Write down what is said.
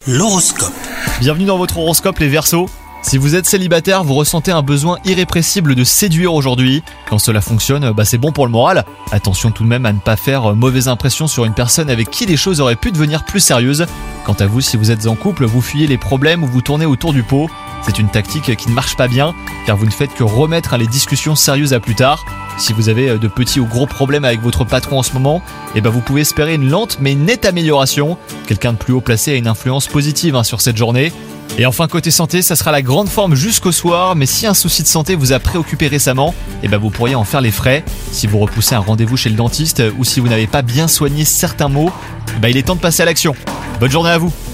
L'horoscope. Bienvenue dans votre horoscope les Verseaux. Si vous êtes célibataire, vous ressentez un besoin irrépressible de séduire aujourd'hui. Quand cela fonctionne, c'est bon pour le moral. Attention tout de même à ne pas faire mauvaise impression sur une personne avec qui les choses auraient pu devenir plus sérieuses. Quant à vous, si vous êtes en couple, vous fuyez les problèmes ou vous tournez autour du pot. C'est une tactique qui ne marche pas bien, car vous ne faites que remettre les discussions sérieuses à plus tard. Si vous avez de petits ou gros problèmes avec votre patron en ce moment, vous pouvez espérer une lente mais nette amélioration. Quelqu'un de plus haut placé a une influence positive sur cette journée. Et enfin côté santé, ça sera la grande forme jusqu'au soir, mais si un souci de santé vous a préoccupé récemment, vous pourriez en faire les frais. Si vous repoussez un rendez-vous chez le dentiste ou si vous n'avez pas bien soigné certains maux, il est temps de passer à l'action. Bonne journée à vous.